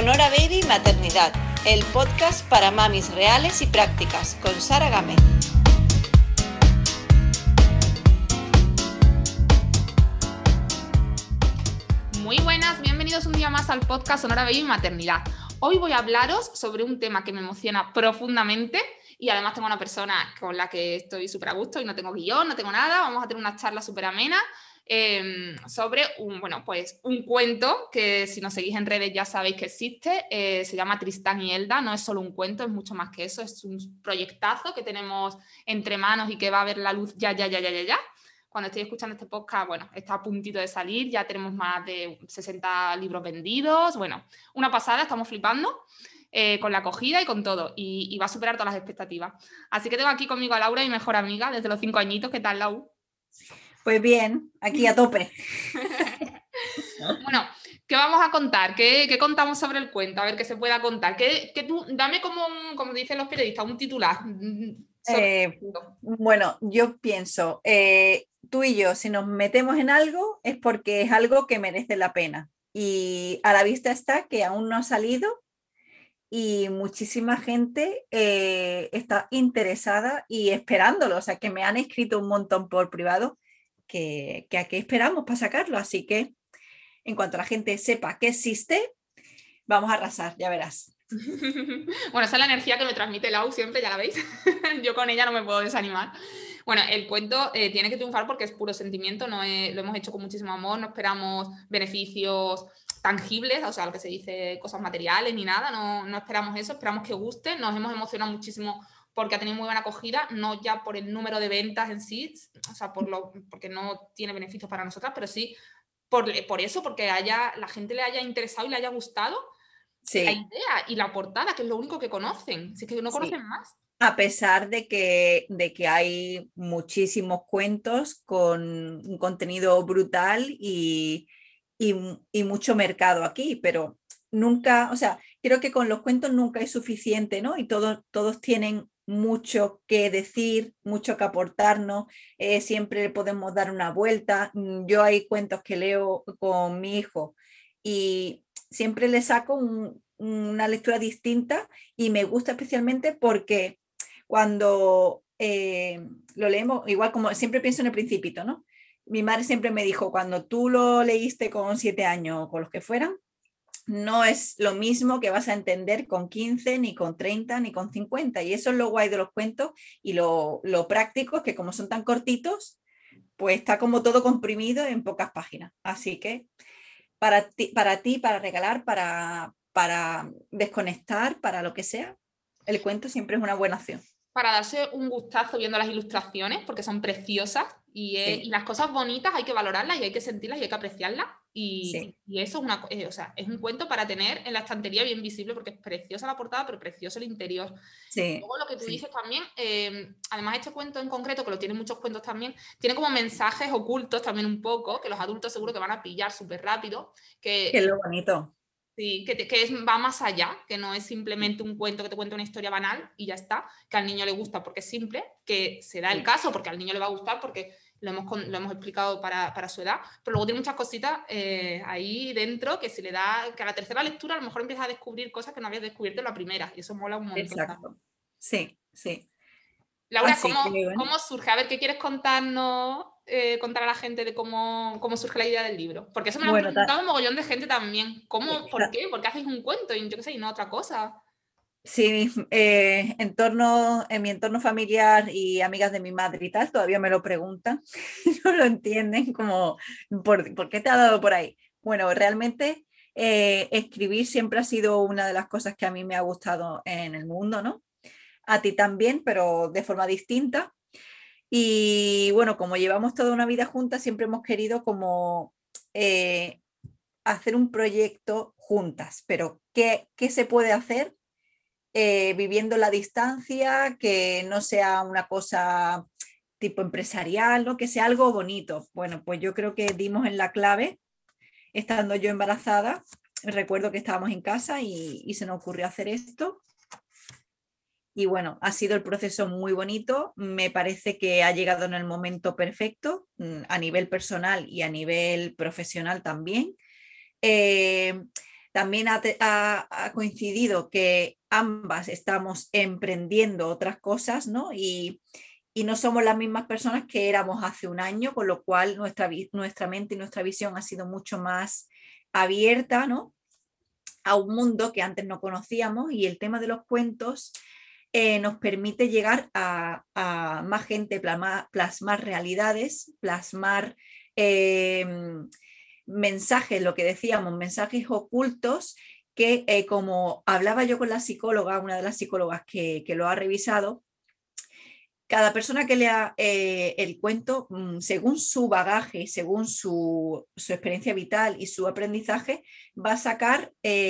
Sonora Baby Maternidad, el podcast para mamis reales y prácticas, con Sara Gámez. Muy buenas, bienvenidos un día más al podcast Sonora Baby Maternidad. Hoy voy a hablaros sobre un tema que me emociona profundamente y además tengo una persona con la que estoy súper a gusto y no tengo guión, no tengo nada. Vamos a tener una charla súper amena sobre un cuento que, si nos seguís en redes, ya sabéis que existe. Se llama Tristán y Elda. No es solo un cuento, es mucho más que eso. Es un proyectazo que tenemos entre manos y que va a ver la luz ya. Cuando estéis escuchando este podcast, bueno, está a puntito de salir, ya tenemos más de 60 libros vendidos, bueno, una pasada, estamos flipando con la acogida y con todo, y va a superar todas las expectativas. Así que tengo aquí conmigo a Laura, mi mejor amiga, desde los 5 añitos. ¿Qué tal, Lau? Pues bien, aquí a tope. Bueno, ¿qué vamos a contar? ¿Qué contamos sobre el cuento? A ver qué se pueda contar. Dame como dicen los periodistas, un titular. Bueno, yo pienso, tú y yo, si nos metemos en algo es porque es algo que merece la pena. Y a la vista está que aún no ha salido y muchísima gente está interesada y esperándolo. O sea, que me han escrito un montón por privado que a qué esperamos para sacarlo. Así que en cuanto la gente sepa que existe, vamos a arrasar, ya verás. Bueno, esa es la energía que me transmite Lau siempre, ya la veis. Yo con ella no me puedo desanimar. Bueno, el cuento tiene que triunfar porque es puro sentimiento, lo hemos hecho con muchísimo amor, no esperamos beneficios tangibles, o sea, lo que se dice, cosas materiales ni nada, no esperamos eso, esperamos que guste. Nos hemos emocionado muchísimo porque ha tenido muy buena acogida, no ya por el número de ventas en sí, o sea, porque no tiene beneficios para nosotras, pero sí por eso, porque la gente le haya interesado y le haya gustado. Sí. La idea y la portada, que es lo único que conocen, si es que no conocen más. A pesar de que hay muchísimos cuentos con un contenido brutal y mucho mercado aquí, pero nunca, o sea, creo que con los cuentos nunca es suficiente, ¿no? Y todos tienen mucho que decir, mucho que aportarnos, siempre podemos dar una vuelta. Yo hay cuentos que leo con mi hijo y siempre le saco una lectura distinta y me gusta especialmente porque cuando lo leemos, igual como siempre pienso en el Principito, ¿no? Mi madre siempre me dijo, cuando tú lo leíste con 7 años o con los que fueran, no es lo mismo que vas a entender con 15, ni con 30, ni con 50. Y eso es lo guay de los cuentos y lo práctico es que como son tan cortitos, pues está como todo comprimido en pocas páginas. Así que para ti, para regalar, para desconectar, para lo que sea, el cuento siempre es una buena opción. Para darse un gustazo viendo las ilustraciones, porque son preciosas y las cosas bonitas hay que valorarlas y hay que sentirlas y hay que apreciarlas. Y eso es un cuento para tener en la estantería bien visible, porque es preciosa la portada, pero precioso el interior. Sí, luego lo que tú dices también, además este cuento en concreto, que lo tienen muchos cuentos también, tiene como mensajes ocultos también un poco, que los adultos seguro que van a pillar súper rápido. Que es lo bonito. Sí, va más allá, que no es simplemente un cuento que te cuenta una historia banal y ya está, que al niño le gusta porque es simple, que se da el caso porque al niño le va a gustar porque lo hemos explicado para su edad, pero luego tiene muchas cositas ahí dentro que que a la tercera lectura a lo mejor empiezas a descubrir cosas que no habías descubierto en la primera y eso mola un montón. Exacto. Sí. Laura, ¿cómo surge? A ver, ¿qué quieres contarnos, contar a la gente de cómo surge la idea del libro? Porque eso me lo han preguntado un mogollón de gente también. ¿Por qué? ¿Por qué hacéis un cuento y yo qué sé, y no otra cosa? Sí, en mi entorno familiar y amigas de mi madre y tal, todavía me lo preguntan, no lo entienden como, ¿por qué te ha dado por ahí? Bueno, realmente escribir siempre ha sido una de las cosas que a mí me ha gustado en el mundo, ¿no? A ti también, pero de forma distinta. Y bueno, como llevamos toda una vida juntas, siempre hemos querido como hacer un proyecto juntas, pero ¿qué se puede hacer viviendo la distancia, que no sea una cosa tipo empresarial, ¿no? Que sea algo bonito? Bueno, pues yo creo que dimos en la clave, estando yo embarazada. Recuerdo que estábamos en casa y se nos ocurrió hacer esto. Y bueno, ha sido el proceso muy bonito. Me parece que ha llegado en el momento perfecto, a nivel personal y a nivel profesional también. también ha coincidido que ambas estamos emprendiendo otras cosas, ¿no? Y no somos las mismas personas que éramos hace un año, con lo cual nuestra mente y nuestra visión ha sido mucho más abierta, ¿no? A un mundo que antes no conocíamos, y el tema de los cuentos nos permite llegar a más gente, plasmar realidades, plasmar mensajes, lo que decíamos, mensajes ocultos que, como hablaba yo con la psicóloga, una de las psicólogas que lo ha revisado, cada persona que lea el cuento, según su bagaje, según su experiencia vital y su aprendizaje, va a sacar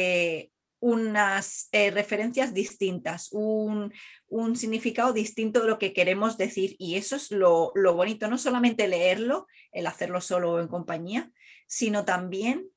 unas referencias distintas, un significado distinto de lo que queremos decir. Y eso es lo bonito, no solamente leerlo, el hacerlo solo o en compañía, sino también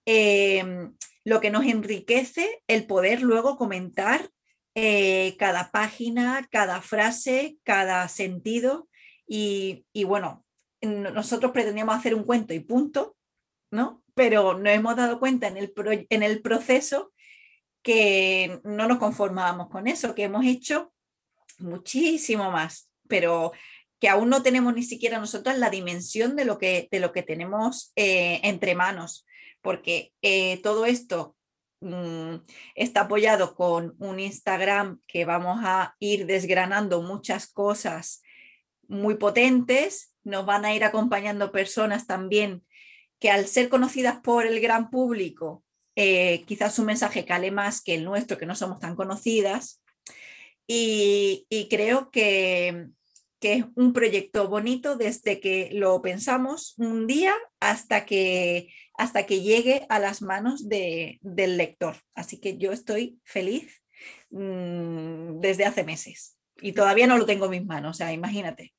lo que nos enriquece el poder luego comentar cada página, cada frase, cada sentido. Y bueno, nosotros pretendíamos hacer un cuento y punto, ¿no? Pero nos hemos dado cuenta en el proceso que no nos conformábamos con eso, que hemos hecho muchísimo más, pero que aún no tenemos ni siquiera nosotras la dimensión de lo que tenemos entre manos, porque todo esto está apoyado con un Instagram que vamos a ir desgranando muchas cosas muy potentes. Nos van a ir acompañando personas también que, al ser conocidas por el gran público, quizás su mensaje cale más que el nuestro, que no somos tan conocidas. Y creo que es un proyecto bonito desde que lo pensamos un día hasta que llegue a las manos del lector. Así que yo estoy feliz desde hace meses y todavía no lo tengo en mis manos, o sea, imagínate.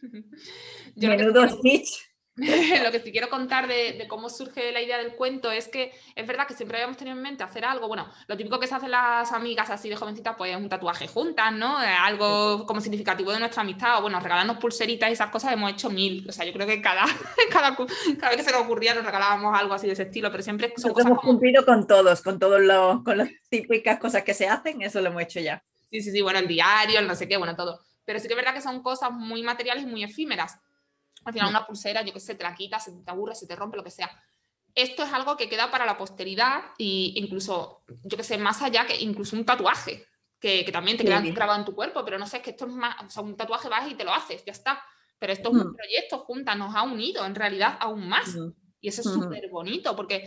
Menudo speech. Lo que sí quiero contar de cómo surge la idea del cuento es que es verdad que siempre habíamos tenido en mente hacer algo, bueno, lo típico que se hacen las amigas así de jovencitas, pues un tatuaje juntas, ¿no? Algo como significativo de nuestra amistad, o bueno, regalarnos pulseritas y esas cosas hemos hecho 1000. O sea, yo creo que cada vez que se nos ocurría nos regalábamos algo así de ese estilo, pero siempre son cosas hemos cumplido con las típicas cosas que se hacen, eso lo hemos hecho ya. Sí, bueno, el diario, el no sé qué, bueno, todo. Pero sí que es verdad que son cosas muy materiales y muy efímeras. Al final una pulsera, yo qué sé, te la quitas, se te aburre, se te rompe, lo que sea. Esto es algo que queda para la posteridad, e incluso, yo qué sé, más allá que incluso un tatuaje, que también te queda grabado en tu cuerpo, pero no sé, es que esto es más, o sea, un tatuaje vas y te lo haces, ya está. Pero esto es un proyecto juntas, nos ha unido en realidad aún más. Y eso es súper bonito, porque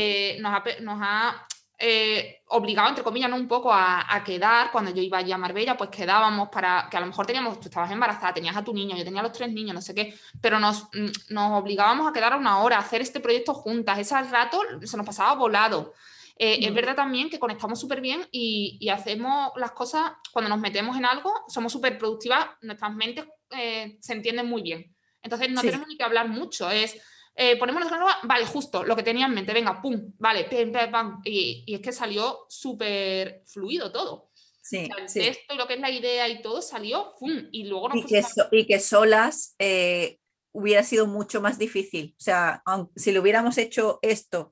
nos ha obligado, entre comillas, ¿no? Un poco a quedar. Cuando yo iba allí a Marbella, pues quedábamos para que a lo mejor tú estabas embarazada, tenías a tu niño, yo tenía los 3 niños, no sé qué, pero nos obligábamos a quedar a una hora, a hacer este proyecto juntas. Ese rato se nos pasaba volado. Es verdad también que conectamos súper bien y hacemos las cosas, cuando nos metemos en algo, somos súper productivas, nuestras mentes se entienden muy bien. Entonces no tenemos ni que hablar mucho, ponemos la nueva, vale, justo lo que tenía en mente, venga, pum, vale, pim, pim, pam, y es que salió súper fluido todo. Sí, o sea, el texto y lo que es la idea y todo salió, pum, y luego nos y que solas hubiera sido mucho más difícil. O sea, si lo hubiéramos hecho esto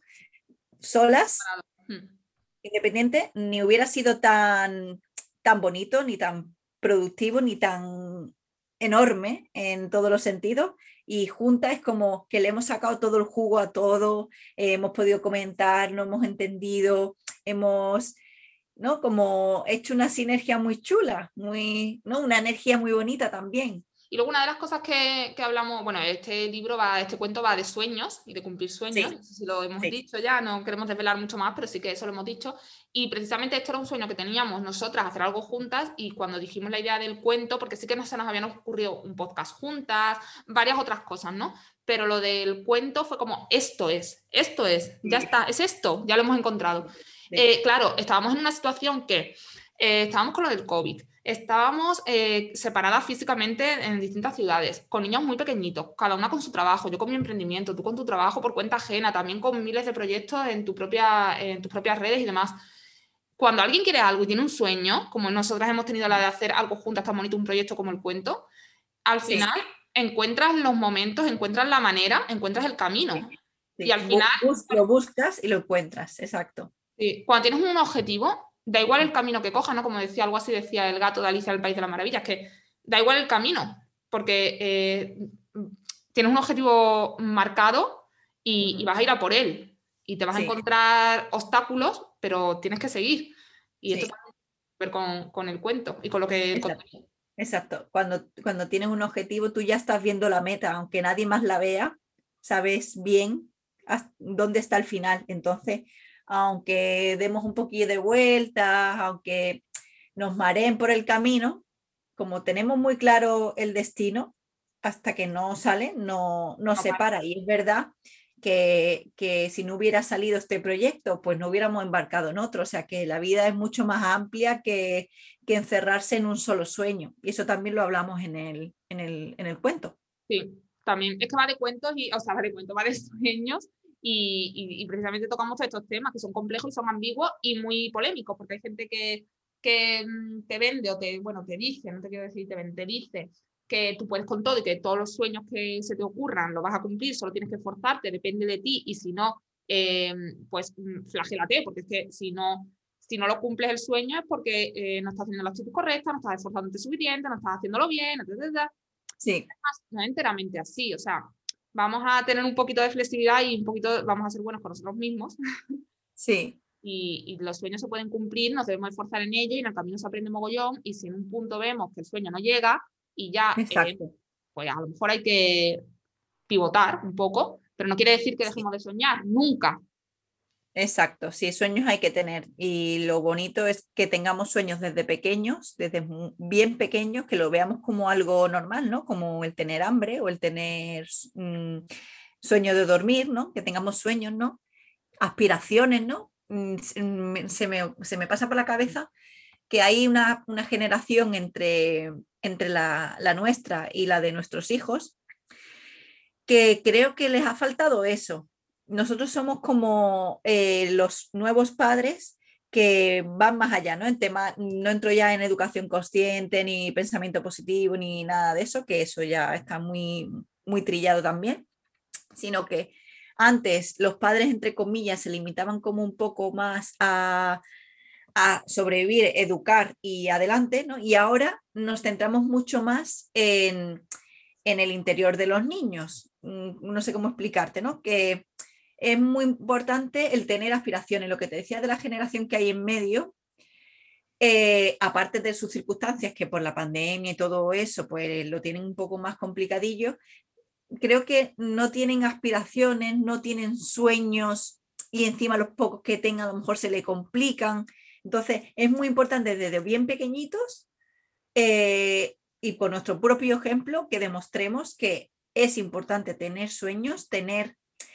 solas, independiente, ni hubiera sido tan bonito, ni tan productivo, ni tan enorme en todos los sentidos. Y juntas es como que le hemos sacado todo el jugo a todo, hemos podido comentar, no hemos entendido, hemos, ¿no? Como hecho una sinergia muy chula, ¿no? Una energía muy bonita también. Y luego una de las cosas que hablamos, bueno, este cuento va de sueños y de cumplir sueños, no sé si lo hemos dicho ya, no queremos desvelar mucho más, pero sí que eso lo hemos dicho. Y precisamente esto era un sueño que teníamos nosotras, hacer algo juntas, y cuando dijimos la idea del cuento, porque sí que se nos habían ocurrido un podcast juntas, varias otras cosas, ¿no? Pero lo del cuento fue como, esto es, ya está, es esto, ya lo hemos encontrado. Claro, estábamos en una situación que estábamos con lo del COVID, estábamos separadas físicamente en distintas ciudades, con niños muy pequeñitos, cada una con su trabajo, yo con mi emprendimiento, tú con tu trabajo por cuenta ajena, también con miles de proyectos en tus propias redes y demás. Cuando alguien quiere algo y tiene un sueño, como nosotras hemos tenido la de hacer algo juntas tan bonito, un proyecto como el cuento, al final encuentras los momentos, encuentras la manera, encuentras el camino. Y al final lo buscas y lo encuentras, exacto. Sí. Cuando tienes un objetivo, da igual el camino que cojas, ¿no? Como decía, algo así decía el gato de Alicia del País de las Maravillas, que da igual el camino, porque tienes un objetivo marcado y vas a ir a por él. Y te vas a encontrar obstáculos, pero tienes que seguir. Y esto también tiene que ver con el cuento y con lo que... Exacto. Cuando tienes un objetivo, tú ya estás viendo la meta, aunque nadie más la vea, sabes bien dónde está el final. Entonces, aunque demos un poquillo de vueltas, aunque nos mareen por el camino, como tenemos muy claro el destino, hasta que no sale, no se para. Y es verdad que si no hubiera salido este proyecto, pues no hubiéramos embarcado en otro. O sea que la vida es mucho más amplia que encerrarse en un solo sueño. Y eso también lo hablamos en el cuento. Sí, también es que va de cuentos, va de sueños y precisamente tocamos estos temas que son complejos y son ambiguos y muy polémicos, porque hay gente que te vende o te dice, no te quiero decir, te dice que tú puedes con todo y que todos los sueños que se te ocurran los vas a cumplir, solo tienes que esforzarte, depende de ti y si no, pues flagélate, porque es que si no lo cumples el sueño es porque no estás haciendo las cosas correctas, no estás esforzándote suficiente, no estás haciéndolo bien, etc. Sí. No es enteramente así, o sea, vamos a tener un poquito de flexibilidad y vamos a ser buenos con nosotros mismos. Sí. Y los sueños se pueden cumplir, nos debemos esforzar en ello y en el camino se aprende mogollón y si en un punto vemos que el sueño no llega y ya, pues a lo mejor hay que pivotar un poco, pero no quiere decir que dejemos de soñar, nunca. Exacto, sí, sueños hay que tener y lo bonito es que tengamos sueños desde pequeños, desde bien pequeños, que lo veamos como algo normal, ¿no? Como el tener hambre o el tener sueño de dormir, ¿no? Que tengamos sueños, ¿no? Aspiraciones, ¿no? Se me pasa por la cabeza que hay una generación entre la nuestra y la de nuestros hijos que creo que les ha faltado eso. Nosotros somos como los nuevos padres que van más allá, ¿no? En tema, no entro ya en educación consciente, ni pensamiento positivo, ni nada de eso, que eso ya está muy, muy trillado también, sino que antes los padres, entre comillas, se limitaban como un poco más a sobrevivir, educar y adelante, ¿no? Y ahora nos centramos mucho más en el interior de los niños. No sé cómo explicarte, ¿no? Que es muy importante el tener aspiraciones. Lo que te decía de la generación que hay en medio, aparte de sus circunstancias, que por la pandemia y todo eso, pues lo tienen un poco más complicadillo, creo que no tienen aspiraciones, no tienen sueños y encima los pocos que tengan a lo mejor se le complican. Entonces, es muy importante desde bien pequeñitos y por nuestro propio ejemplo que demostremos que es importante tener sueños, tener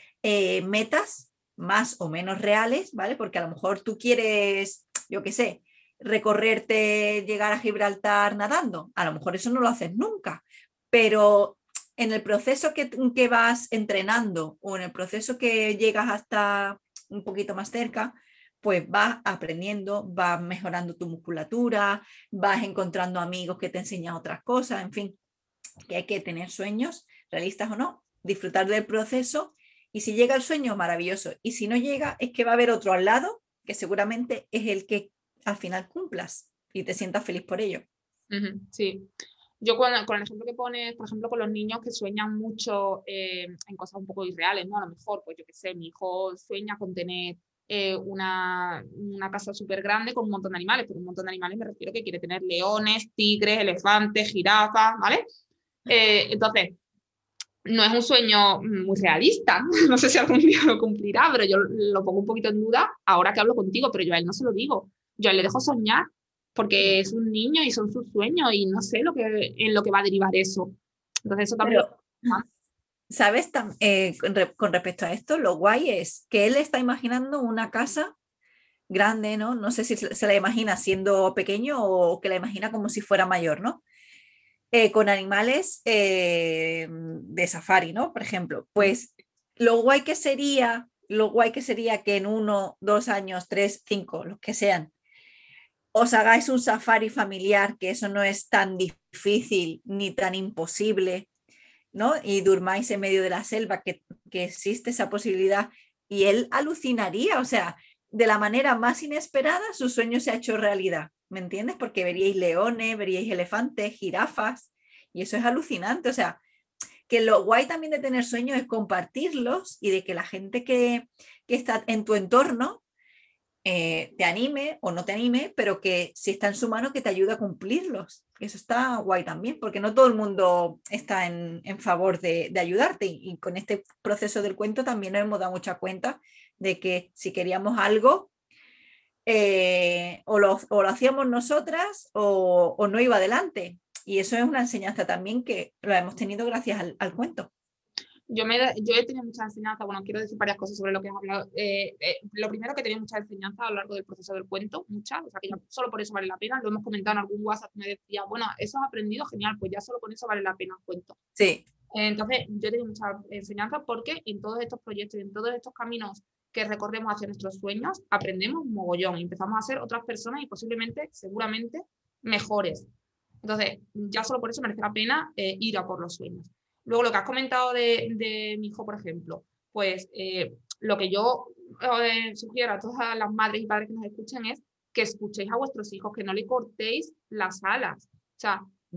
metas más o menos reales, ¿vale? Porque a lo mejor tú quieres, yo qué sé, recorrerte, llegar a Gibraltar nadando. A lo mejor eso no lo haces nunca, pero en el proceso que vas entrenando o en el proceso que llegas hasta un poquito más cerca, pues vas aprendiendo, vas mejorando tu musculatura, vas encontrando amigos que te enseñan otras cosas, en fin, que hay que tener sueños, realistas o no, disfrutar del proceso y si llega el sueño, maravilloso, y si no llega, es que va a haber otro al lado que seguramente es el que al final cumplas y te sientas feliz por ello. Sí. Yo con el ejemplo que pones, por ejemplo, con los niños que sueñan mucho en cosas un poco irreales, ¿no? A lo mejor, pues yo qué sé, mi hijo sueña con tener una casa súper grande con un montón de animales, pero un montón de animales me refiero que quiere tener leones, tigres, elefantes, jirafas, ¿vale? Entonces, no es un sueño muy realista, no sé si algún día lo cumplirá, pero yo lo pongo un poquito en duda ahora que hablo contigo, pero yo a él no se lo digo, yo a él le dejo soñar porque es un niño y son sus sueños y no sé en lo que va a derivar eso. Entonces eso también... Pero, ¿sabes? Con respecto a esto, lo guay es que él está imaginando una casa grande, ¿no? No sé si se la imagina siendo pequeño o que la imagina como si fuera mayor, ¿no? Con animales de safari, ¿no? Por ejemplo, pues lo guay que sería que en 1, 2 años, 3, 5, los que sean, os hagáis un safari familiar, que eso no es tan difícil ni tan imposible, ¿no? Y durmáis en medio de la selva, que existe esa posibilidad. Y él alucinaría, o sea, de la manera más inesperada su sueño se ha hecho realidad, ¿me entiendes? Porque veríais leones, veríais elefantes, jirafas, y eso es alucinante. O sea, que lo guay también de tener sueños es compartirlos y de que la gente que está en tu entorno te anime o no te anime, pero que si está en su mano que te ayude a cumplirlos. Eso está guay también, porque no todo el mundo está en favor de ayudarte, y con este proceso del cuento también nos hemos dado mucha cuenta de que si queríamos algo, o lo hacíamos nosotras o no iba adelante. Y eso es una enseñanza también que lo hemos tenido gracias al cuento. Yo he tenido mucha enseñanza, bueno, quiero decir varias cosas sobre lo que has hablado. Lo primero, que he tenido mucha enseñanza a lo largo del proceso del cuento, muchas, o sea que ya solo por eso vale la pena. Lo hemos comentado en algún WhatsApp que me decía, bueno, eso has aprendido, genial, pues ya solo con eso vale la pena el cuento. Sí. Entonces, yo he tenido mucha enseñanza porque en todos estos proyectos y en todos estos caminos que recorremos hacia nuestros sueños, aprendemos un mogollón y empezamos a ser otras personas y posiblemente, seguramente, mejores. Entonces, ya solo por eso merece la pena ir a por los sueños. Luego, lo que has comentado de mi hijo, por ejemplo, pues lo que yo sugiero a todas las madres y padres que nos escuchen es que escuchéis a vuestros hijos, que no le cortéis las alas. O sea,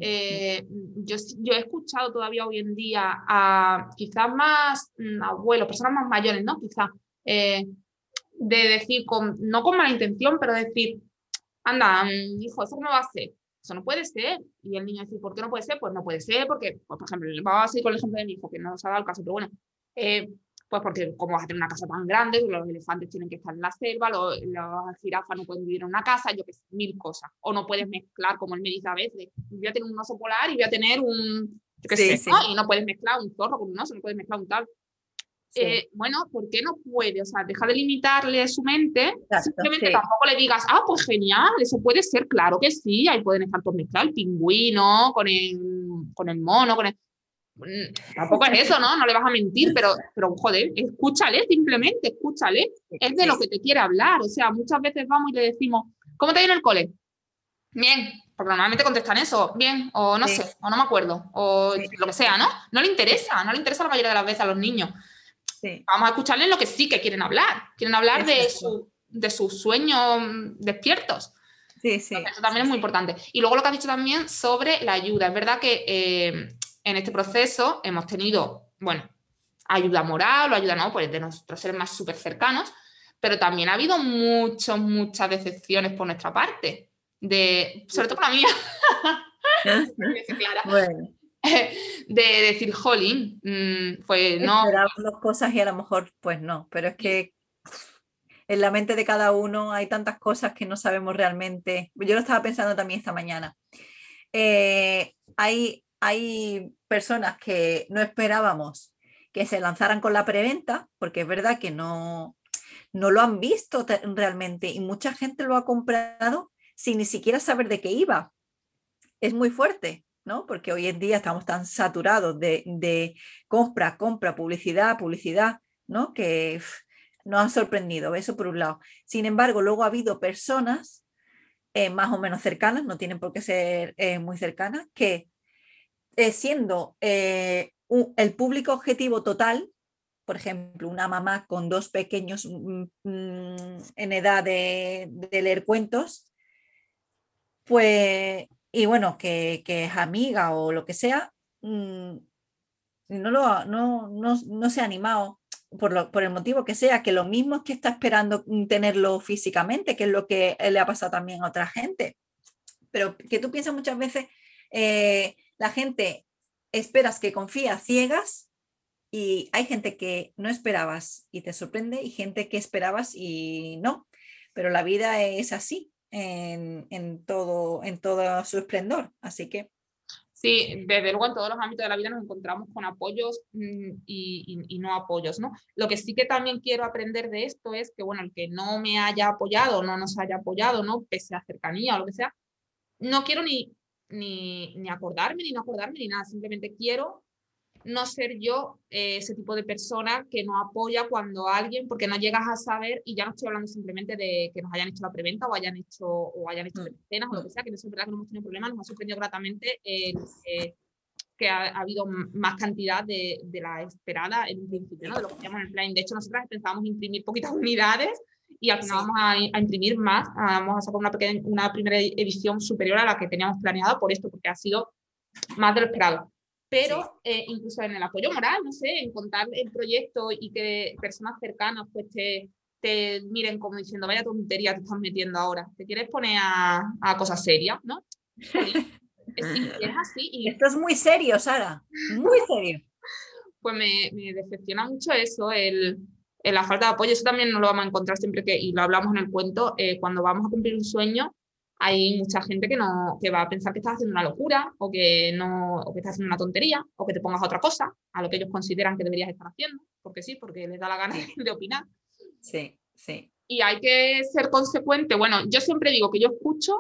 yo he escuchado todavía hoy en día a quizás más abuelos, personas más mayores, ¿no? Quizás de decir, no con mala intención, pero decir, anda, hijo, ¿eso cómo va a ser? Eso no puede ser. Y el niño dice, ¿por qué no puede ser? Pues no puede ser porque, pues, por ejemplo, vamos a seguir con el ejemplo de mi hijo, que no nos ha dado el caso, pero bueno, pues porque como vas a tener una casa tan grande, los elefantes tienen que estar en la selva, las jirafas no pueden vivir en una casa, yo que sé, 1000 cosas. O no puedes mezclar, como él me dice a veces, voy a tener un oso polar y voy a tener un, yo qué sé, ¿no? Y no puedes mezclar un zorro con un oso, no puedes mezclar un tal. Sí. Bueno, ¿por qué no puede? O sea, deja de limitarle su mente. Exacto, simplemente tampoco le digas, pues genial, eso puede ser, claro que sí, ahí pueden estar todos mezclados, el pingüino, con el mono, tampoco es eso, ¿no? No le vas a mentir, pero joder, escúchale, simplemente, escúchale. Es de lo que te quiere hablar. O sea, muchas veces vamos y le decimos, ¿cómo te ha ido en el cole? Bien, porque normalmente contestan eso, bien, o no sé, o no me acuerdo, o lo que sea, ¿no? No le interesa la mayoría de las veces a los niños. Vamos a escucharles lo que sí que quieren hablar. Quieren hablar de sus sueños despiertos. Sí. Entonces, eso también es muy importante. Y luego lo que has dicho también sobre la ayuda. Es verdad que en este proceso hemos tenido, bueno, ayuda moral o ayuda, ¿no? Pues de nuestros seres más súper cercanos, pero también ha habido muchas decepciones por nuestra parte. Sobre todo por la mía. Bueno. De decir, jolín, pues no. Esperábamos cosas y a lo mejor pues no, pero es que en la mente de cada uno hay tantas cosas que no sabemos realmente. Yo lo estaba pensando también esta mañana. Hay personas que no esperábamos que se lanzaran con la preventa, porque es verdad que no lo han visto realmente, y mucha gente lo ha comprado sin ni siquiera saber de qué iba. Es muy fuerte, ¿no? Porque hoy en día estamos tan saturados de compra, publicidad, ¿no? Que nos han sorprendido, eso por un lado. Sin embargo, luego ha habido personas más o menos cercanas, no tienen por qué ser muy cercanas, que siendo el público objetivo total, por ejemplo, una mamá con 2 pequeños en edad de leer cuentos, pues, y bueno, que es amiga o lo que sea, no se ha animado por el motivo que sea, que lo mismo es que está esperando tenerlo físicamente, que es lo que le ha pasado también a otra gente. Pero que tú piensas muchas veces, la gente esperas que confía ciegas, y hay gente que no esperabas y te sorprende, y gente que esperabas y no. Pero la vida es así en todo su esplendor, así que sí, desde luego en todos los ámbitos de la vida nos encontramos con apoyos y no apoyos, ¿no? Lo que sí que también quiero aprender de esto es que, bueno, el que no me haya apoyado, no nos haya apoyado, ¿no? Pese a cercanía o lo que sea, no quiero ni acordarme, ni no acordarme, ni nada. Simplemente quiero no ser yo ese tipo de persona que no apoya cuando alguien, porque no llegas a saber, y ya no estoy hablando simplemente de que nos hayan hecho la preventa o hayan hecho escenas o lo que sea, que no es verdad que no hemos tenido problemas, nos ha sorprendido gratamente que ha habido más cantidad de la esperada en un principio, ¿no? De lo que hacíamos en el plan. De hecho, nosotras pensábamos imprimir poquitas unidades y al final vamos a imprimir más, vamos a sacar una primera edición superior a la que teníamos planeada por esto, porque ha sido más de lo esperado. Pero incluso en el apoyo moral, no sé, en contar el proyecto y que personas cercanas pues te miren como diciendo, vaya tontería te estás metiendo ahora, te quieres poner a cosas serias, ¿no? Es así. Y esto es muy serio, Sara, muy serio. pues me decepciona mucho eso, la falta de apoyo. Eso también no lo vamos a encontrar siempre y lo hablamos en el cuento, cuando vamos a cumplir un sueño, hay mucha gente que va a pensar que estás haciendo una locura o que estás haciendo una tontería o que te pongas a otra cosa, a lo que ellos consideran que deberías estar haciendo, porque sí, porque les da la gana de opinar. Sí, sí. Y hay que ser consecuente. Bueno, yo siempre digo que yo escucho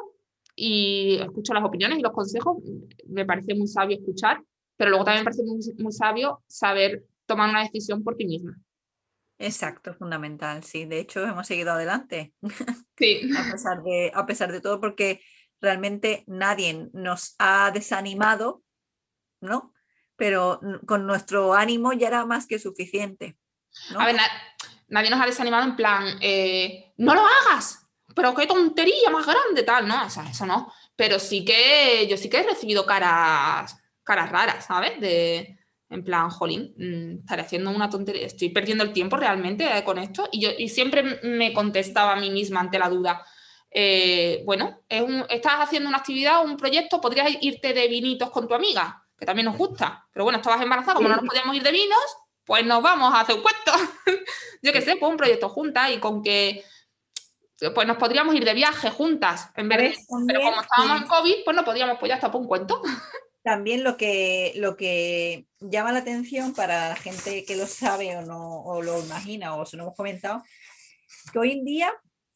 las opiniones y los consejos, me parece muy sabio escuchar, pero luego también me parece muy, muy sabio saber tomar una decisión por ti misma. Exacto, fundamental, sí. De hecho, hemos seguido adelante. Sí. A pesar de todo, porque realmente nadie nos ha desanimado, ¿no? Pero con nuestro ánimo ya era más que suficiente, ¿no? A ver, nadie nos ha desanimado en plan, no lo hagas, pero qué tontería más grande, tal, ¿no? O sea, eso no. Pero yo sí que he recibido caras raras, ¿sabes? En plan, jolín, estaré haciendo una tontería, estoy perdiendo el tiempo realmente con esto. Y siempre me contestaba a mí misma ante la duda. Bueno, estás haciendo una actividad o un proyecto, podrías irte de vinitos con tu amiga, que también nos gusta. Pero bueno, estabas embarazada, como no nos podíamos ir de vinos, pues nos vamos a hacer un cuento. Yo qué sé, pues un proyecto juntas y con que pues nos podríamos ir de viaje juntas en vez de... Pero como estábamos en COVID, pues no podíamos, pues ya está, pues un cuento. También lo que llama la atención para la gente que lo sabe o no, o lo imagina o se lo hemos comentado, que hoy en día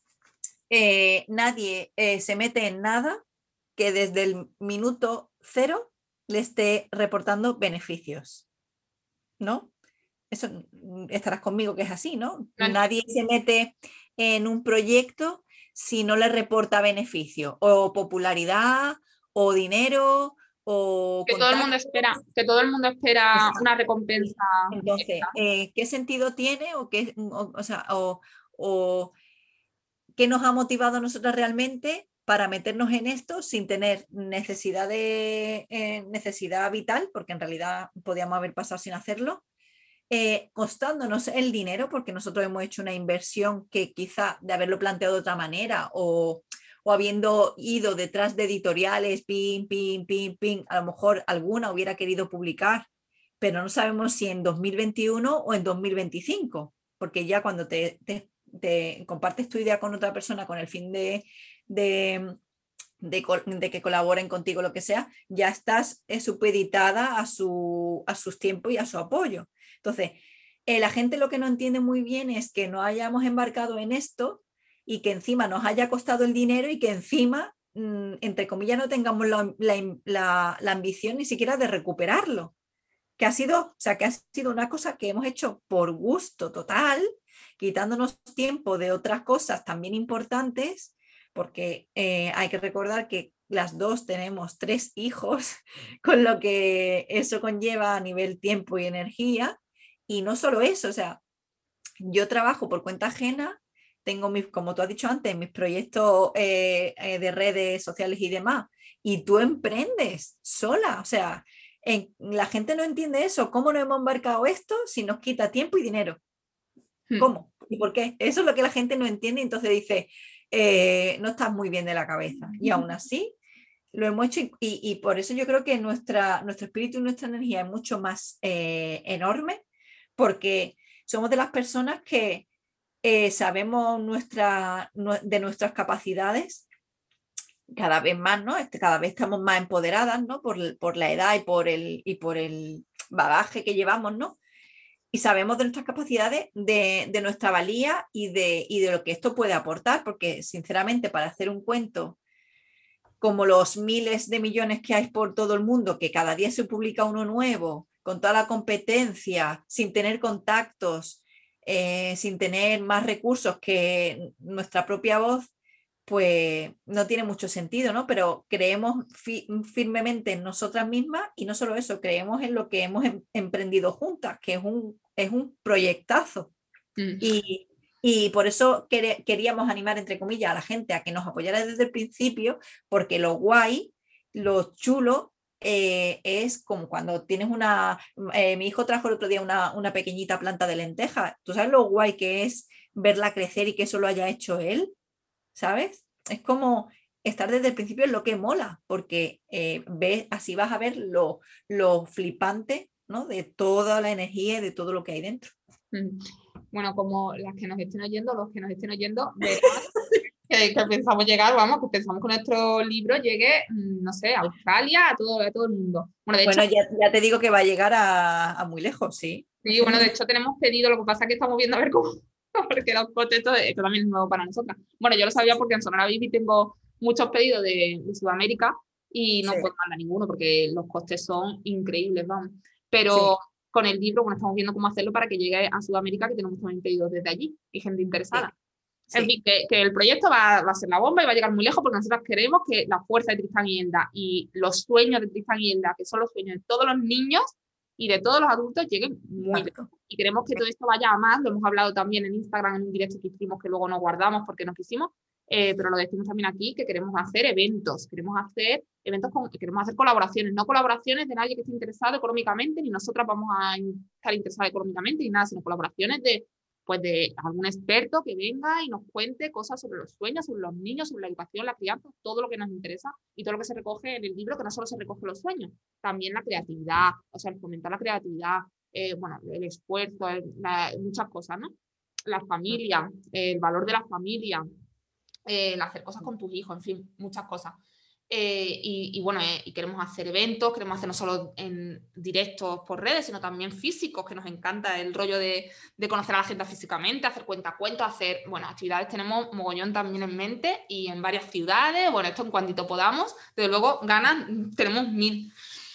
nadie se mete en nada que desde el minuto cero le esté reportando beneficios, ¿no? Eso estarás conmigo que es así, ¿no? Nadie se mete en un proyecto si no le reporta beneficio o popularidad o dinero o que todo el mundo espera Exacto. una recompensa. Entonces, ¿qué sentido tiene o qué, o qué nos ha motivado a nosotros realmente para meternos en esto sin tener necesidad vital, porque en realidad podíamos haber pasado sin hacerlo, costándonos el dinero, porque nosotros hemos hecho una inversión que quizá de haberlo planteado de otra manera o habiendo ido detrás de editoriales, pin, pin, pin, pin, a lo mejor alguna hubiera querido publicar, pero no sabemos si en 2021 o en 2025, porque ya cuando te compartes tu idea con otra persona con el fin de que colaboren contigo, lo que sea, ya estás supeditada a sus tiempos y a su apoyo. Entonces, la gente lo que no entiende muy bien es que no hayamos embarcado en esto y que encima nos haya costado el dinero y que encima, entre comillas, no tengamos la ambición ni siquiera de recuperarlo. Que ha sido una cosa que hemos hecho por gusto total, quitándonos tiempo de otras cosas también importantes, porque hay que recordar que las dos tenemos 3 hijos, con lo que eso conlleva a nivel tiempo y energía. Y no solo eso, o sea, yo trabajo por cuenta ajena, tengo como tú has dicho antes, mis proyectos de redes sociales y demás, y tú emprendes sola, o sea, la gente no entiende eso, ¿cómo no hemos embarcado esto si nos quita tiempo y dinero? ¿Cómo? ¿Y por qué? Eso es lo que la gente no entiende, entonces dice, no estás muy bien de la cabeza. Y aún así, lo hemos hecho y por eso yo creo que nuestro espíritu y nuestra energía es mucho más enorme, porque somos de las personas que sabemos de nuestras capacidades cada vez más, ¿no? Cada vez estamos más empoderadas, ¿no? Por la edad y por el bagaje que llevamos, ¿no? Y sabemos de nuestras capacidades, de nuestra valía y de lo que esto puede aportar, porque sinceramente para hacer un cuento como los miles de millones que hay por todo el mundo, que cada día se publica uno nuevo, con toda la competencia, sin tener contactos, sin tener más recursos que nuestra propia voz, pues no tiene mucho sentido, ¿no? Pero creemos firmemente en nosotras mismas y no solo eso, creemos en lo que hemos emprendido juntas, que es un proyectazo. Y Y por eso queríamos animar, entre comillas, a la gente a que nos apoyara desde el principio, porque lo guay, lo chulo, es como cuando tienes mi hijo trajo el otro día una pequeñita planta de lenteja. ¿Tú sabes lo guay que es verla crecer y que eso lo haya hecho él? ¿Sabes? Es como estar desde el principio es lo que mola, porque así vas a ver lo flipante, ¿no? De toda la energía y de todo lo que hay dentro. Bueno, como las que nos estén oyendo, los que nos estén oyendo, verán que pensamos llegar, vamos, que pensamos que nuestro libro llegue, no sé, a Australia, a todo el mundo. Bueno, de hecho, ya te digo que va a llegar a muy lejos, sí. sí, bueno, de hecho tenemos pedido, lo que pasa es que estamos viendo a ver cómo, porque los contextos, esto también es nuevo para nosotras. Bueno, yo lo sabía porque en Sonora Baby tengo muchos pedidos de Sudamérica y no Sí. puedo mandar ninguno porque los costes son increíbles, vamos. Sí. Pero con el libro, bueno, estamos viendo cómo hacerlo para que llegue a Sudamérica, que tenemos también pedidos desde allí y gente interesada. En fin, Sí. que el proyecto va a ser la bomba y va a llegar muy lejos porque nosotros queremos que la fuerza de Tristán y Elda y los sueños de Tristán y Elda, que son los sueños de todos los niños y de todos los adultos, lleguen muy lejos. Exacto. Y queremos que todo esto vaya a más, lo hemos hablado también en Instagram en un directo que hicimos que luego no guardamos porque no quisimos, pero lo decimos también aquí, que queremos hacer eventos, queremos hacer colaboraciones, no colaboraciones de nadie que esté interesado económicamente, ni nosotras vamos a estar interesadas económicamente ni nada, sino colaboraciones de algún experto que venga y nos cuente cosas sobre los sueños, sobre los niños, sobre la educación, la crianza, todo lo que nos interesa y todo lo que se recoge en el libro, que no solo se recoge los sueños, también la creatividad, o sea, el fomentar la creatividad, bueno, el esfuerzo, muchas cosas, ¿no? La familia, el valor de la familia, el hacer cosas con tus hijos, en fin, muchas cosas. Bueno, y queremos hacer eventos, queremos hacer no solo en directos por redes, sino también físicos, que nos encanta el rollo de conocer a la gente físicamente, hacer cuentacuentos, hacer, bueno, actividades tenemos mogollón también en mente y en varias ciudades, bueno, esto en cuantito podamos, desde luego ganas tenemos 1000.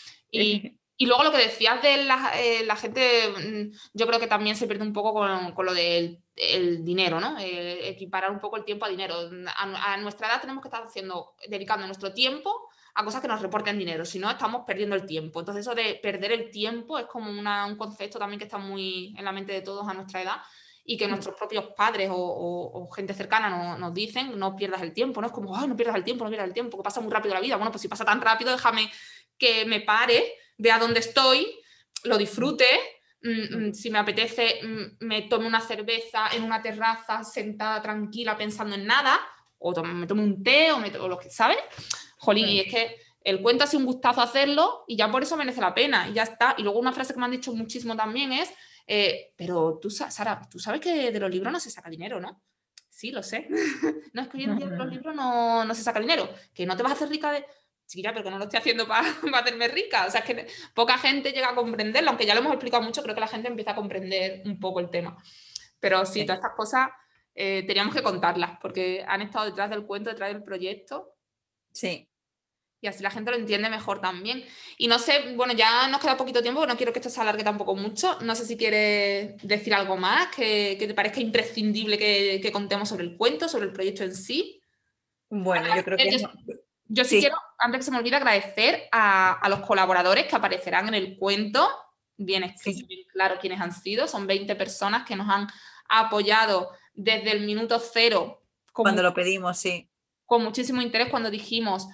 Y luego lo que decías de la gente, yo creo que también se pierde un poco con lo del dinero, ¿no? Equiparar un poco el tiempo a dinero. A nuestra edad tenemos que estar dedicando nuestro tiempo a cosas que nos reporten dinero, si no estamos perdiendo el tiempo. Entonces eso de perder el tiempo es como un concepto también que está muy en la mente de todos a nuestra edad y que nuestros propios padres o gente cercana nos dicen, no pierdas el tiempo, ¿no? Es como, ay, no pierdas el tiempo, que pasa muy rápido la vida. Bueno, pues si pasa tan rápido, déjame que me pare, vea dónde estoy, lo disfrute, si me apetece, me tome una cerveza en una terraza sentada tranquila pensando en nada, o me tome un té o lo que, ¿sabes? Jolín, y es que el cuento ha sido un gustazo hacerlo y ya por eso merece la pena y ya está. Y luego una frase que me han dicho muchísimo también es, pero tú, Sara, tú sabes que de los libros no se saca dinero, ¿no? Sí, lo sé. No, es que hoy en día de los libros no se saca dinero, que no te vas a hacer rica de... Chiquilla, pero que no lo estoy haciendo para hacerme rica. O sea, es que poca gente llega a comprenderlo, aunque ya lo hemos explicado mucho, creo que la gente empieza a comprender un poco el tema. Pero sí, todas estas cosas teníamos que contarlas, porque han estado detrás del cuento, detrás del proyecto. Sí. Y así la gente lo entiende mejor también. Y no sé, bueno, ya nos queda poquito tiempo, no quiero que esto se alargue tampoco mucho. No sé si quieres decir algo más, que te parezca imprescindible que contemos sobre el cuento, sobre el proyecto en sí. Bueno, yo creo que... Yo sí quiero, antes que se me olvide, agradecer a los colaboradores que aparecerán en el cuento, bien escrito, bien claro quiénes han sido. Son 20 personas que nos han apoyado desde el minuto cero. Cuando lo pedimos, sí. Con muchísimo interés cuando dijimos,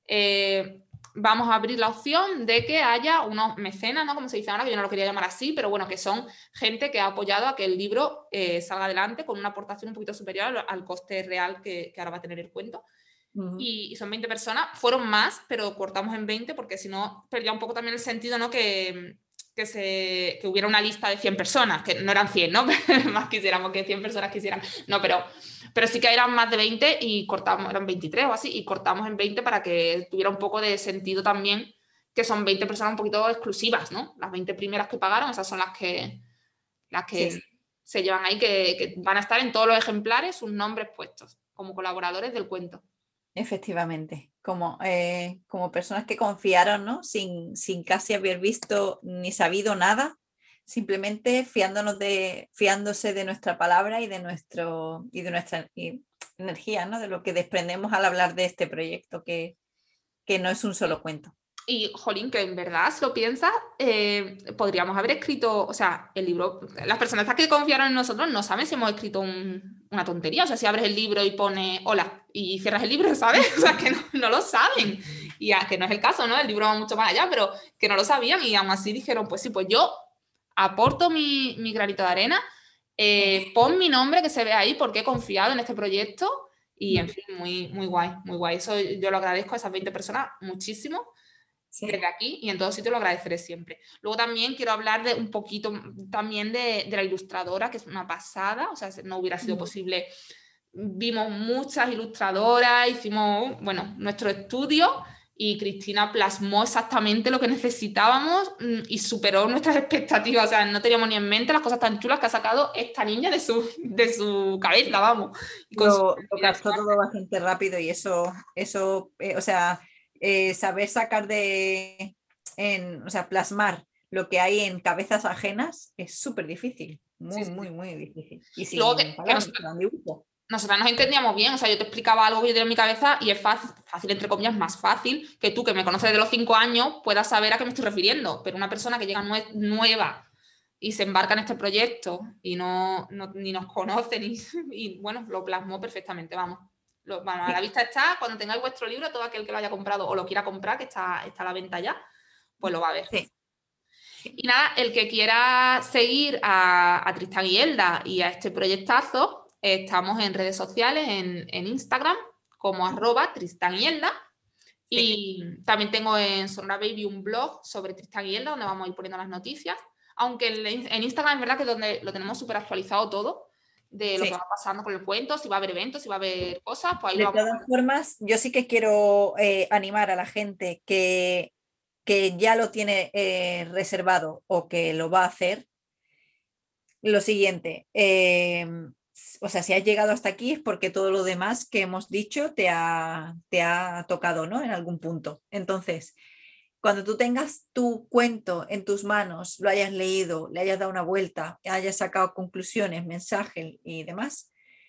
vamos a abrir la opción de que haya unos mecenas, ¿no? Como se dice ahora, que yo no lo quería llamar así, pero bueno, que son gente que ha apoyado a que el libro salga adelante con una aportación un poquito superior al coste real que ahora va a tener el cuento. Y son 20 personas, fueron más, pero cortamos en 20 porque si no perdía un poco también el sentido, ¿no? Que hubiera una lista de 100 personas, que no eran 100, ¿no? Más quisiéramos que 100 personas quisieran. No, pero sí que eran más de 20 y cortamos, eran 23 o así, y cortamos en 20 para que tuviera un poco de sentido también, que son 20 personas un poquito exclusivas, ¿no? Las 20 primeras que pagaron, esas son las que sí. Se llevan ahí, que van a estar en todos los ejemplares sus nombres puestos como colaboradores del cuento. Efectivamente, como personas que confiaron, ¿no? Sin casi haber visto ni sabido nada, simplemente fiándose de nuestra palabra y de nuestra energía, ¿no? De lo que desprendemos al hablar de este proyecto, que no es un solo cuento. Y, jolín, que en verdad, si lo piensas, podríamos haber escrito, o sea, el libro, las personas que confiaron en nosotros no saben si hemos escrito una tontería, o sea, si abres el libro y pones hola y cierras el libro, ¿sabes? O sea, que no lo saben, y que no es el caso, ¿no? El libro va mucho más allá, pero que no lo sabían y aún así dijeron, pues sí, pues yo aporto mi granito de arena, pon mi nombre que se ve ahí porque he confiado en este proyecto y, en fin, muy, muy guay, muy guay. Eso yo lo agradezco a esas 20 personas muchísimo. Sí. Desde aquí y en todos sitios lo agradeceré siempre. Luego también quiero hablar de un poquito también de la ilustradora, que es una pasada, o sea, no hubiera sido posible. Vimos muchas ilustradoras, hicimos, bueno, nuestro estudio y Cristina plasmó exactamente lo que necesitábamos y superó nuestras expectativas, o sea, no teníamos ni en mente las cosas tan chulas que ha sacado esta niña de su cabeza, vamos. Lo captó todo bastante rápido y eso o sea, saber sacar o sea, plasmar lo que hay en cabezas ajenas es súper difícil, muy difícil. Y sin palabras, sin dibujo. Nosotras nos entendíamos bien, o sea, yo te explicaba algo que yo tenía en mi cabeza y es fácil, entre comillas, más fácil que tú, que me conoces desde los 5 años, puedas saber a qué me estoy refiriendo. Pero una persona que llega nueva y se embarca en este proyecto y ni nos conoce, y bueno, lo plasmó perfectamente, vamos. A la vista está, cuando tengáis vuestro libro, todo aquel que lo haya comprado o lo quiera comprar, que está a la venta ya, pues lo va a ver. Sí. Y nada, el que quiera seguir a Tristán y Elda y a este proyectazo, estamos en redes sociales, en Instagram, como @TristánYelda. Sí. Y también tengo en Sonora Baby un blog sobre Tristán y Elda, donde vamos a ir poniendo las noticias. Aunque en Instagram es verdad que es donde lo tenemos súper actualizado todo, de lo que va pasando con el cuento, si va a haber eventos, si va a haber cosas, pues ahí de todas formas, yo sí que quiero animar a la gente que ya lo tiene reservado o que lo va a hacer. Lo siguiente, o sea, si has llegado hasta aquí es porque todo lo demás que hemos dicho te ha tocado, ¿no? En algún punto. Entonces, cuando tú tengas tu cuento en tus manos, lo hayas leído, le hayas dado una vuelta, hayas sacado conclusiones, mensajes y demás,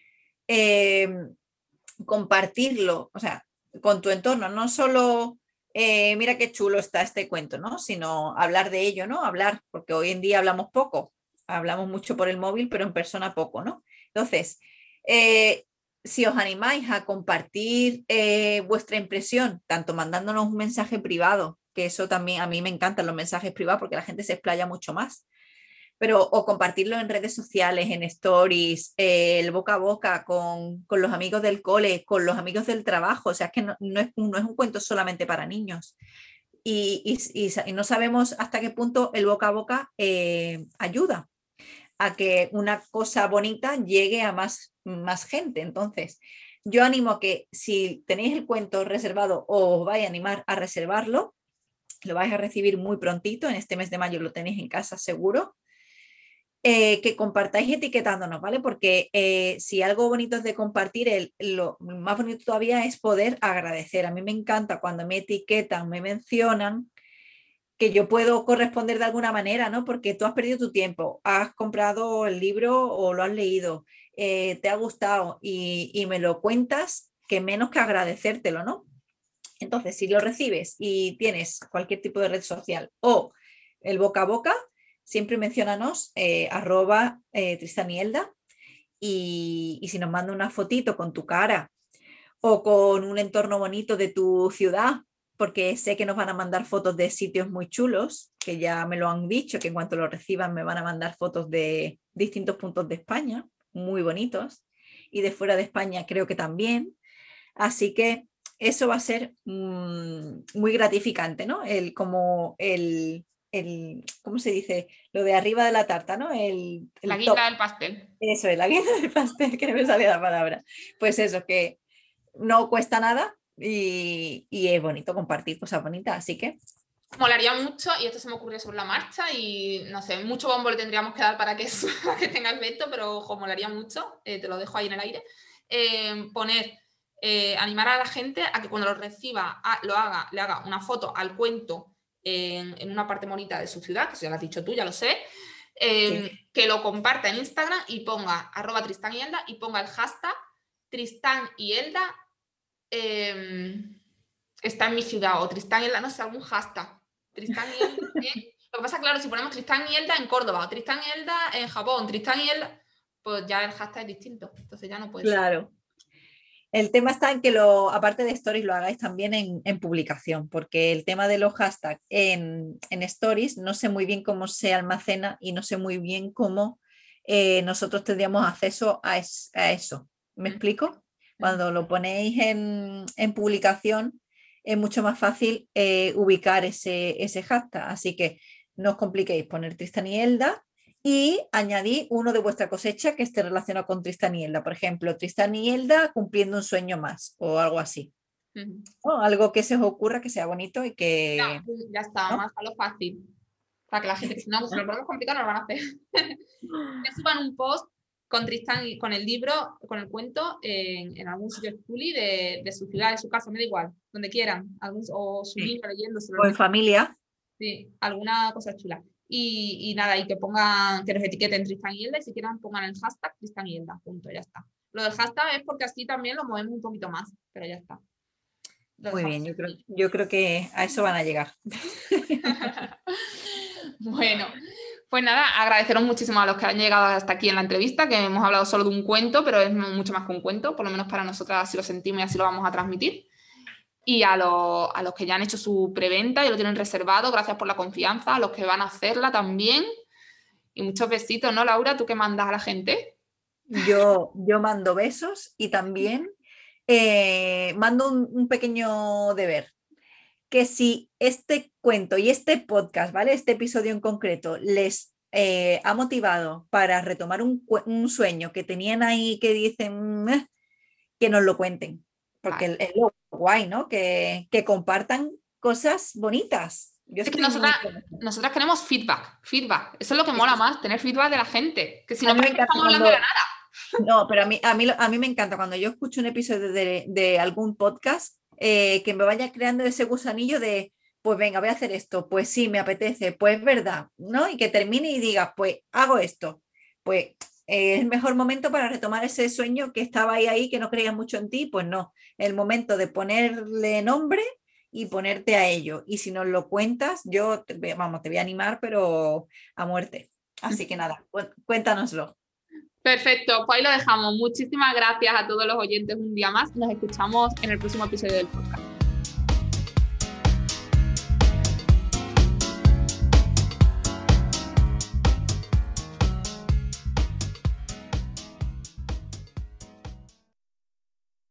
compartirlo, o sea, con tu entorno, no solo mira qué chulo está este cuento, ¿no? Sino hablar de ello, ¿no? Hablar, porque hoy en día hablamos poco, hablamos mucho por el móvil, pero en persona poco, ¿no? Entonces, si os animáis a compartir vuestra impresión, tanto mandándonos un mensaje privado, que eso también a mí me encantan los mensajes privados porque la gente se explaya mucho más, pero o compartirlo en redes sociales, en stories, el boca a boca con los amigos del cole, con los amigos del trabajo, o sea, es que no es un cuento solamente para niños. Y no sabemos hasta qué punto el boca a boca ayuda a que una cosa bonita llegue a más gente. Entonces, yo animo a que si tenéis el cuento reservado o os vais a animar a reservarlo, lo vais a recibir muy prontito, en este mes de mayo lo tenéis en casa seguro. Que compartáis etiquetándonos, ¿vale? Porque si algo bonito es de compartir, lo más bonito todavía es poder agradecer. A mí me encanta cuando me etiquetan, me mencionan, que yo puedo corresponder de alguna manera, ¿no? Porque tú has perdido tu tiempo, has comprado el libro o lo has leído, te ha gustado y me lo cuentas, que menos que agradecértelo, ¿no? Entonces, si lo recibes y tienes cualquier tipo de red social o el boca a boca, siempre menciónanos @Tristanielda y si nos manda una fotito con tu cara o con un entorno bonito de tu ciudad, porque sé que nos van a mandar fotos de sitios muy chulos, que ya me lo han dicho, que en cuanto lo reciban me van a mandar fotos de distintos puntos de España, muy bonitos, y de fuera de España creo que también. Así que eso va a ser muy gratificante, ¿no? ¿Cómo se dice? Lo de arriba de la tarta, ¿no? La guinda del pastel. Eso es, la guinda del pastel, que no me salía la palabra. Pues eso, que no cuesta nada y es bonito compartir cosas bonitas, así que... Molaría mucho, y esto se me ocurrió sobre la marcha, y no sé, mucho bombo le tendríamos que dar para que tenga efecto, pero ojo, molaría mucho, te lo dejo ahí en el aire, animar a la gente a que cuando lo reciba le haga una foto al cuento en una parte bonita de su ciudad, que ya lo has dicho tú, ya lo sé, sí. Que lo comparta en Instagram y ponga @TristánYelda y ponga el hashtag Tristán y Elda está en mi ciudad, o Tristán y Elda, no sé, algún hashtag. Tristán y Elda. Lo que pasa, claro, si ponemos Tristán y Elda en Córdoba, o Tristán y Elda en Japón, Tristán y Elda, pues ya el hashtag es distinto. Entonces ya no puede ser. Claro. El tema está en que aparte de stories, lo hagáis también en publicación, porque el tema de los hashtags en stories no sé muy bien cómo se almacena y no sé muy bien cómo nosotros tendríamos acceso a eso. ¿Me explico? Cuando lo ponéis en publicación es mucho más fácil ubicar ese hashtag. Así que no os compliquéis, poner Tristán y Elda y añadí uno de vuestra cosecha que esté relacionado con Tristán y Elda. Por ejemplo, Tristán y Elda cumpliendo un sueño más o algo así. ¿No? Algo que se os ocurra, que sea bonito y que... Ya está, ¿no? más a lo fácil. Para que la gente, si no, si lo ponemos complicado, no lo van a hacer. Que suban un post con Tristán y con el libro, con el cuento, en algún sitio chuli de su ciudad, de su casa, me da igual, donde quieran. O su niño leyéndoselo. O en familia. Sí, alguna cosa chula. Y nada, y que pongan, que nos etiqueten Tristán y Elda, y si quieren pongan el hashtag Tristán y Elda, punto, ya está. Lo del hashtag es porque así también lo movemos un poquito más, pero ya está. Muy bien, yo creo que a eso van a llegar. Bueno, pues nada, agradeceros muchísimo a los que han llegado hasta aquí en la entrevista, que hemos hablado solo de un cuento, pero es mucho más que un cuento, por lo menos para nosotras así lo sentimos y así lo vamos a transmitir. Y a los que ya han hecho su preventa y lo tienen reservado, gracias por la confianza, a los que van a hacerla también. Y muchos besitos, ¿no, Laura? ¿Tú qué mandas a la gente? Yo mando besos y también mando un pequeño deber. Que si este cuento y este podcast, ¿vale? Este episodio en concreto les ha motivado para retomar un sueño que tenían ahí que dicen, que nos lo cuenten. Porque Vale. es lo guay, ¿no? Que compartan cosas bonitas. Es que nosotras queremos feedback. Eso es lo que mola más, tener feedback de la gente. Que si no, parece que estamos hablando de la nada. No, pero a mí me encanta cuando yo escucho un episodio de algún podcast que me vaya creando ese gusanillo de, pues venga, voy a hacer esto, pues sí, me apetece, pues es verdad, ¿no? Y que termine y diga, pues hago esto. Pues es el mejor momento para retomar ese sueño que estaba ahí, que no creías mucho en ti, pues no, el momento de ponerle nombre y ponerte a ello. Y si nos lo cuentas, yo, te voy a animar, pero a muerte. Así que nada, cuéntanoslo. Perfecto, pues ahí lo dejamos. Muchísimas gracias a todos los oyentes un día más. Nos escuchamos en el próximo episodio del podcast.